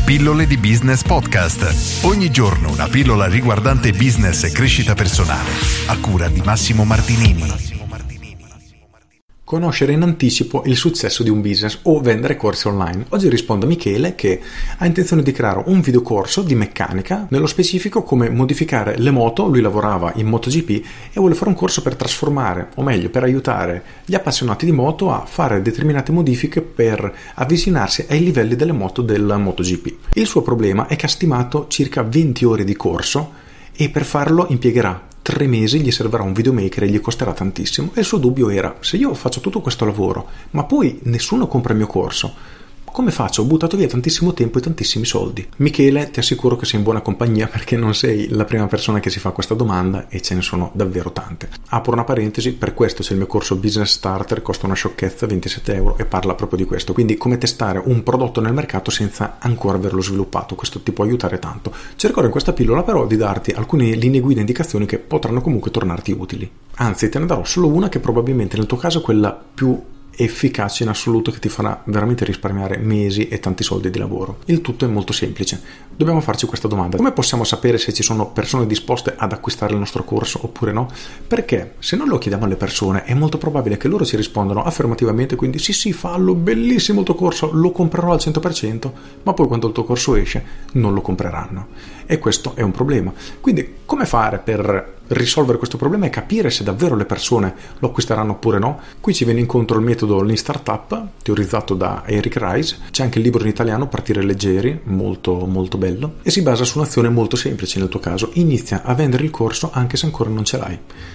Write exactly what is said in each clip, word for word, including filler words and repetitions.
Pillole di Business Podcast. Ogni giorno una pillola riguardante business e crescita personale. A cura di Massimo Martinini. Conoscere in anticipo il successo di un business o vendere corsi online. Oggi rispondo a Michele che ha intenzione di creare un videocorso di meccanica, nello specifico come modificare le moto. Lui lavorava in MotoGP e vuole fare un corso per trasformare, o meglio per aiutare gli appassionati di moto a fare determinate modifiche per avvicinarsi ai livelli delle moto del MotoGP. Il suo problema è che ha stimato circa venti ore di corso e per farlo impiegherà tre mesi, gli servirà un videomaker e gli costerà tantissimo. E il suo dubbio era: se io faccio tutto questo lavoro ma poi nessuno compra il mio corso, come faccio? Ho buttato via tantissimo tempo e tantissimi soldi. Michele, ti assicuro che sei in buona compagnia, perché non sei la prima persona che si fa questa domanda e ce ne sono davvero tante. Apro una parentesi: per questo c'è il mio corso Business Starter, costa una sciocchezza, ventisette euro, e parla proprio di questo, quindi come testare un prodotto nel mercato senza ancora averlo sviluppato. Questo ti può aiutare tanto. Cercherò in questa pillola però di darti alcune linee guida e indicazioni che potranno comunque tornarti utili. Anzi, te ne darò solo una che probabilmente nel tuo caso è quella più efficace in assoluto, che ti farà veramente risparmiare mesi e tanti soldi di lavoro. Il tutto è molto semplice. Dobbiamo farci questa domanda: come possiamo sapere se ci sono persone disposte ad acquistare il nostro corso oppure no? Perché se non lo chiediamo alle persone è molto probabile che loro ci rispondano affermativamente, quindi sì sì fallo, bellissimo il tuo corso, lo comprerò al cento per cento, ma poi quando il tuo corso esce non lo compreranno, e questo è un problema. Quindi come fare per risolvere questo problema e capire se davvero le persone lo acquisteranno oppure no? Qui ci viene incontro il metodo Lean Startup, teorizzato da Eric Ries. C'è anche il libro in italiano, Partire leggeri, molto molto bello, e si basa su un'azione molto semplice. Nel tuo caso inizia a vendere il corso anche se ancora non ce l'hai.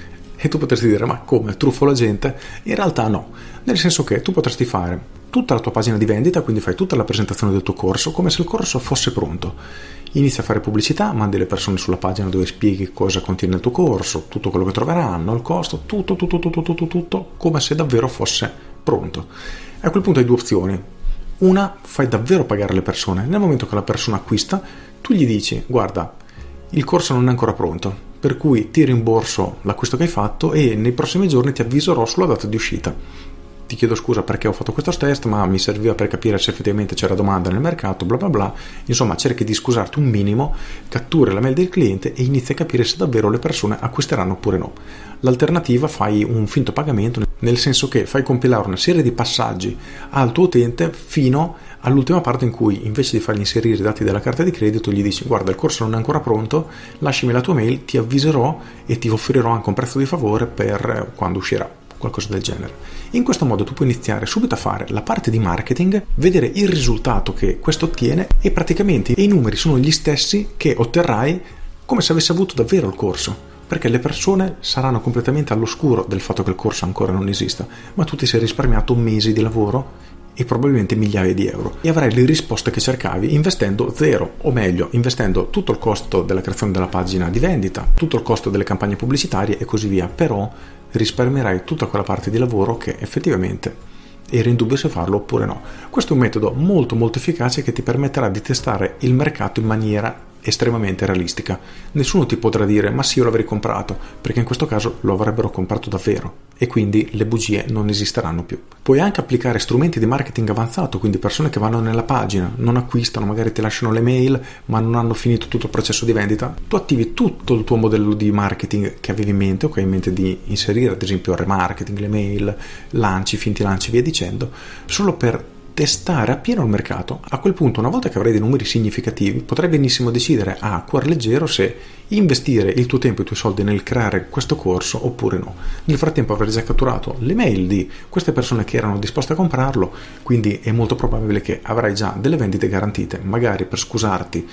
E tu potresti dire: ma come, truffo la gente? In realtà no, nel senso che tu potresti fare tutta la tua pagina di vendita, quindi fai tutta la presentazione del tuo corso come se il corso fosse pronto. Inizi a fare pubblicità, mandi le persone sulla pagina dove spieghi cosa contiene il tuo corso, tutto quello che troveranno, il costo, tutto, tutto, tutto, tutto, tutto, come se davvero fosse pronto. E a quel punto hai due opzioni. Una, fai davvero pagare le persone. Nel momento che la persona acquista, tu gli dici: guarda, il corso non è ancora pronto, per cui ti rimborso l'acquisto che hai fatto e nei prossimi giorni ti avviserò sulla data di uscita. Ti chiedo scusa perché ho fatto questo test, ma mi serviva per capire se effettivamente c'era domanda nel mercato, bla bla bla. Insomma, cerchi di scusarti un minimo, cattura la mail del cliente e inizi a capire se davvero le persone acquisteranno oppure no. L'alternativa, fai un finto pagamento, nel senso che fai compilare una serie di passaggi al tuo utente fino all'ultima parte in cui, invece di fargli inserire i dati della carta di credito, gli dici: guarda, il corso non è ancora pronto, lasciami la tua mail, ti avviserò e ti offrirò anche un prezzo di favore per quando uscirà, qualcosa del genere. In questo modo tu puoi iniziare subito a fare la parte di marketing, vedere il risultato che questo ottiene, e praticamente i numeri sono gli stessi che otterrai come se avessi avuto davvero il corso, perché le persone saranno completamente all'oscuro del fatto che il corso ancora non esista, ma tu ti sei risparmiato mesi di lavoro e probabilmente migliaia di euro, e avrai le risposte che cercavi investendo zero, o meglio investendo tutto il costo della creazione della pagina di vendita, tutto il costo delle campagne pubblicitarie e così via. Però risparmierai tutta quella parte di lavoro che effettivamente eri in dubbio se farlo oppure no. Questo è un metodo molto molto efficace che ti permetterà di testare il mercato in maniera estremamente realistica. Nessuno ti potrà dire: ma sì, io l'avrei comprato, perché in questo caso lo avrebbero comprato davvero e quindi le bugie non esisteranno più. Puoi anche applicare strumenti di marketing avanzato, quindi persone che vanno nella pagina, non acquistano, magari ti lasciano le mail ma non hanno finito tutto il processo di vendita. Tu attivi tutto il tuo modello di marketing che avevi in mente o che hai in mente di inserire, ad esempio il remarketing, le mail, lanci, finti lanci, via dicendo, solo per testare appieno il mercato. A quel punto, una volta che avrai dei numeri significativi, potrai benissimo decidere a cuor leggero se investire il tuo tempo e i tuoi soldi nel creare questo corso oppure no. Nel frattempo avrai già catturato le mail di queste persone che erano disposte a comprarlo, quindi è molto probabile che avrai già delle vendite garantite. Magari per scusarti,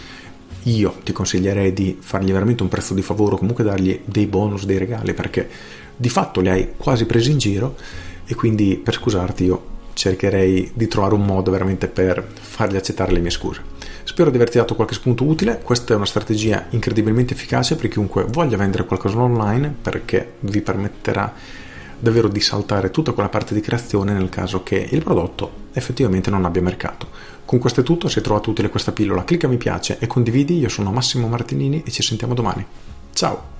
io ti consiglierei di fargli veramente un prezzo di favore, o comunque dargli dei bonus, dei regali, perché di fatto li hai quasi presi in giro, e quindi per scusarti io cercherei di trovare un modo veramente per fargli accettare le mie scuse. Spero di averti dato qualche spunto utile. Questa è una strategia incredibilmente efficace per chiunque voglia vendere qualcosa online, perché vi permetterà davvero di saltare tutta quella parte di creazione nel caso che il prodotto effettivamente non abbia mercato. Con questo è tutto. Se hai trovato utile questa pillola, clicca mi piace e condividi. Io sono Massimo Martinini e ci sentiamo domani. Ciao!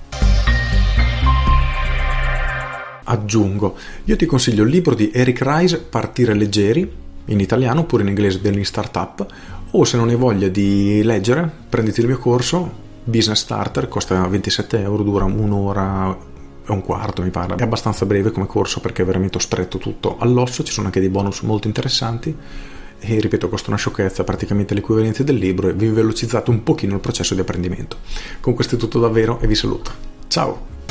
Aggiungo, io ti consiglio il libro di Eric Ries, Partire leggeri, in italiano oppure in inglese dell'In Startup, o se non hai voglia di leggere, prenditi il mio corso Business Starter, costa ventisette euro, dura un'ora e un quarto mi pare, è abbastanza breve come corso perché veramente ho stretto tutto all'osso, ci sono anche dei bonus molto interessanti e ripeto costa una sciocchezza, praticamente l'equivalente del libro, e vi velocizzate un pochino il processo di apprendimento. Con questo è tutto davvero e vi saluto, ciao!